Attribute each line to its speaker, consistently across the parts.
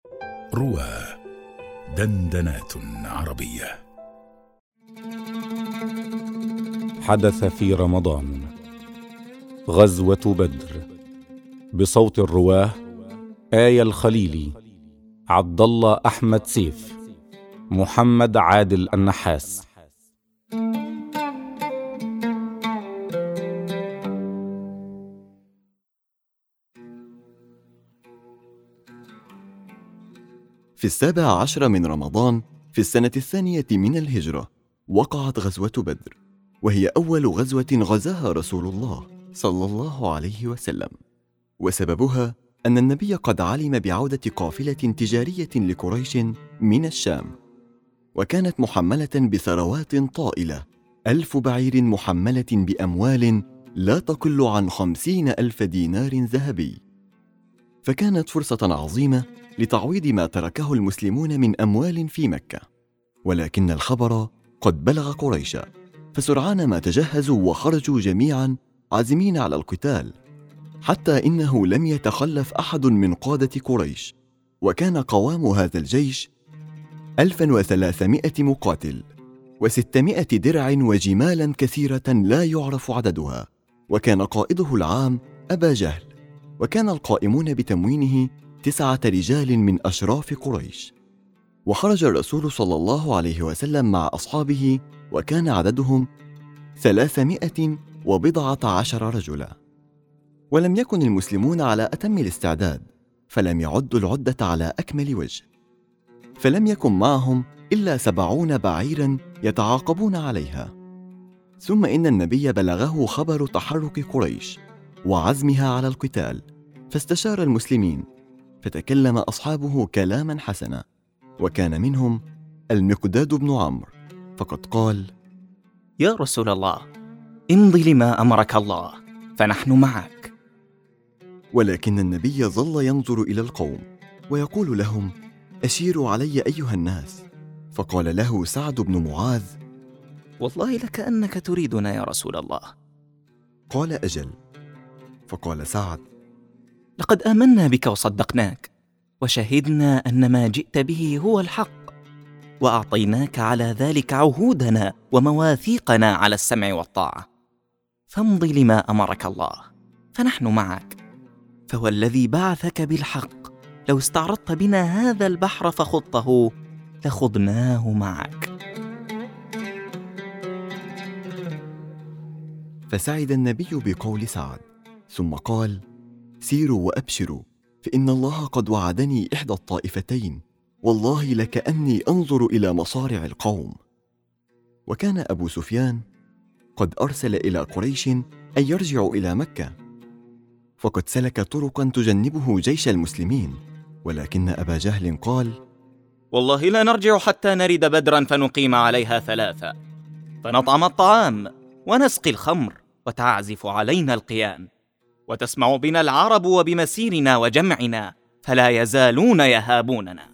Speaker 1: روى دندنات عربية.
Speaker 2: حدث في رمضان غزوة بدر، بصوت الرواه آية الخليلي، عبد الله أحمد سيف، محمد عادل النحاس.
Speaker 3: في 17 من رمضان في السنة 2 من الهجرة وقعت غزوة بدر، وهي أول غزوة غزاها رسول الله صلى الله عليه وسلم، وسببها أن النبي قد علم بعودة قافلة تجارية لقريش من الشام، وكانت محملة بثروات طائلة، 1000 بعير محملة بأموال لا تقل عن 50,000 دينار ذهبي، فكانت فرصة عظيمة لتعويض ما تركه المسلمون من أموال في مكة. ولكن الخبر قد بلغ قريشا، فسرعان ما تجهزوا وخرجوا جميعا عازمين على القتال، حتى إنه لم يتخلف أحد من قادة قريش، وكان قوام هذا الجيش 1300 مقاتل و600 درع وجمالا كثيرة لا يعرف عددها، وكان قائده العام أبا جهل، وكان القائمون بتموينه 9 رجال من أشراف قريش. وخرج الرسول صلى الله عليه وسلم مع أصحابه، وكان عددهم 310 رجلا. ولم يكن المسلمون على أتم الاستعداد، فلم يعدوا العدة على أكمل وجه، فلم يكن معهم إلا 70 بعيرا يتعاقبون عليها. ثم إن النبي بلغه خبر تحرك قريش وعزمها على القتال، فاستشار المسلمين، فتكلم أصحابه كلاما حسنا، وكان منهم المقداد بن عمرو، فقد قال:
Speaker 4: يا رسول الله، امضي لما أمرك الله، فنحن معك.
Speaker 3: ولكن النبي ظل ينظر إلى القوم ويقول لهم: أشيروا علي أيها الناس. فقال له سعد بن معاذ:
Speaker 4: والله لكأنك تريدنا يا رسول الله.
Speaker 3: قال: أجل. فقال سعد:
Speaker 4: لقد آمنا بك وصدقناك، وشهدنا أن ما جئت به هو الحق، وأعطيناك على ذلك عهودنا ومواثيقنا على السمع والطاعة، فامضي لما أمرك الله، فنحن معك. فوالذي بعثك بالحق، لو استعرضت بنا هذا البحر فخضته لخضناه معك.
Speaker 3: فسعد النبي بقول سعد، ثم قال: سيروا وأبشروا، فإن الله قد وعدني إحدى الطائفتين، والله لكأني أنظر إلى مصارع القوم. وكان أبو سفيان قد أرسل إلى قريش أن يرجعوا إلى مكة، فقد سلك طرقا تجنبه جيش المسلمين، ولكن أبا جهل قال:
Speaker 4: والله لا نرجع حتى نرد بدرا فنقيم عليها 3، فنطعم الطعام ونسقي الخمر وتعزف علينا القيان، وتسمع بنا العرب وبمسيرنا وجمعنا، فلا يزالون يهابوننا.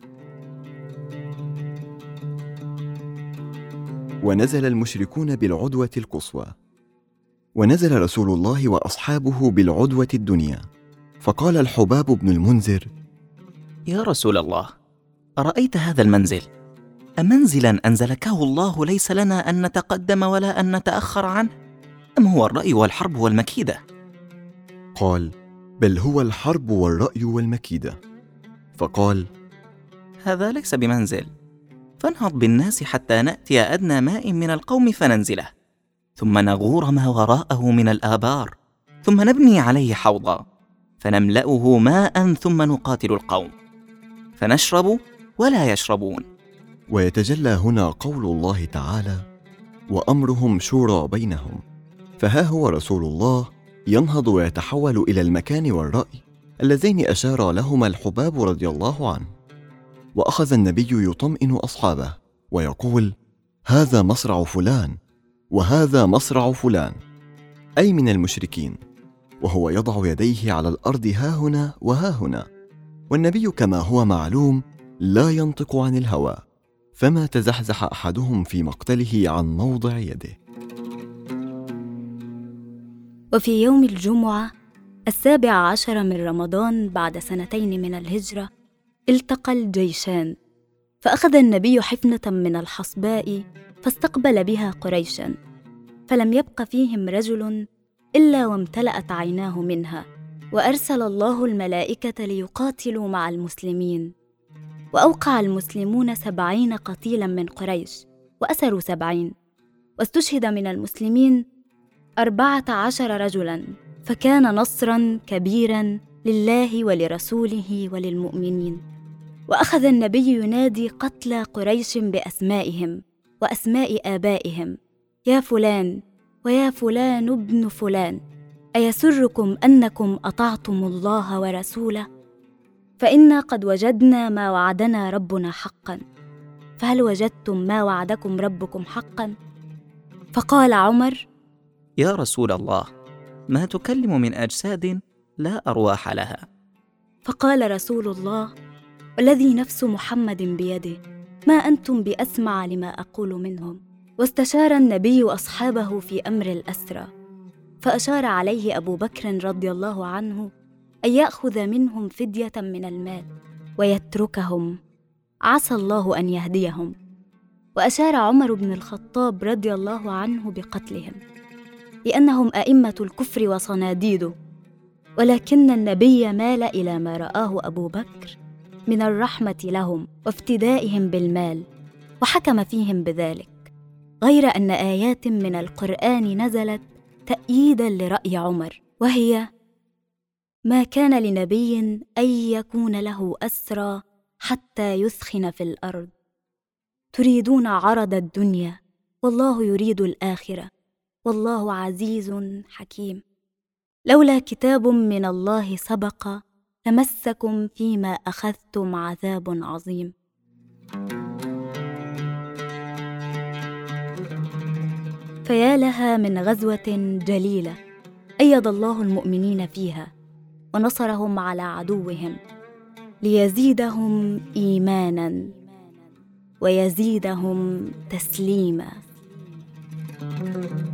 Speaker 3: ونزل المشركون بالعدوة القصوى، ونزل رسول الله وأصحابه بالعدوة الدنيا، فقال الحباب بن المنذر:
Speaker 4: يا رسول الله، أرأيت هذا المنزل؟ أمنزلا أنزلكه الله ليس لنا أن نتقدم ولا أن نتأخر عنه، أم هو الرأي والحرب والمكيدة؟
Speaker 3: قال: بل هو الحرب والرأي والمكيدة. فقال:
Speaker 4: هذا ليس بمنزل، فانهض بالناس حتى نأتي أدنى ماء من القوم فننزله، ثم نغور ما وراءه من الآبار، ثم نبني عليه حوضا فنملأه ماء، ثم نقاتل القوم فنشرب ولا يشربون.
Speaker 3: ويتجلى هنا قول الله تعالى: وأمرهم شورى بينهم. فها هو رسول الله ينهض ويتحول إلى المكان والرأي اللذين أشار لهما الحباب رضي الله عنه، وأخذ النبي يطمئن أصحابه ويقول: هذا مصرع فلان وهذا مصرع فلان، أي من المشركين، وهو يضع يديه على الأرض هاهنا وهاهنا، والنبي كما هو معلوم لا ينطق عن الهوى، فما تزحزح أحدهم في مقتله عن موضع يده.
Speaker 5: وفي يوم الجمعة 17 من رمضان بعد 2 من الهجرة، التقى الجيشان، فأخذ النبي حفنة من الحصباء فاستقبل بها قريشا، فلم يبق فيهم رجل إلا وامتلأت عيناه منها، وأرسل الله الملائكة ليقاتلوا مع المسلمين، وأوقع المسلمون 70 قتيلا من قريش وأسروا 70، واستشهد من المسلمين 14 رجلا، فكان نصرا كبيرا لله ولرسوله وللمؤمنين. وأخذ النبي ينادي قتلى قريش بأسمائهم وأسماء آبائهم: يا فلان ويا فلان ابن فلان، أيسركم أنكم أطعتم الله ورسوله؟ فإنا قد وجدنا ما وعدنا ربنا حقا، فهل وجدتم ما وعدكم ربكم حقا؟ فقال عمر:
Speaker 4: يا رسول الله، ما تكلم من أجساد لا أرواح لها.
Speaker 5: فقال رسول الله: والذي نفس محمد بيده، ما أنتم بأسمع لما أقول منهم. واستشار النبي أصحابه في أمر الأسرى، فأشار عليه أبو بكر رضي الله عنه أن يأخذ منهم فدية من المال ويتركهم، عسى الله أن يهديهم. وأشار عمر بن الخطاب رضي الله عنه بقتلهم، لأنهم أئمة الكفر وصناديده، ولكن النبي مال إلى ما رآه أبو بكر من الرحمة لهم وافتدائهم بالمال، وحكم فيهم بذلك، غير أن آيات من القرآن نزلت تأييداً لرأي عمر، وهي: ما كان لنبي أن يكون له أسرى حتى يثخن في الأرض، تريدون عرض الدنيا والله يريد الآخرة والله عزيز حكيم. لولا كتاب من الله سبق لمسكم فيما أخذتم عذاب عظيم. فيا لها من غزوة جليلة أيد الله المؤمنين فيها ونصرهم على عدوهم، ليزيدهم إيمانا ويزيدهم تسليما.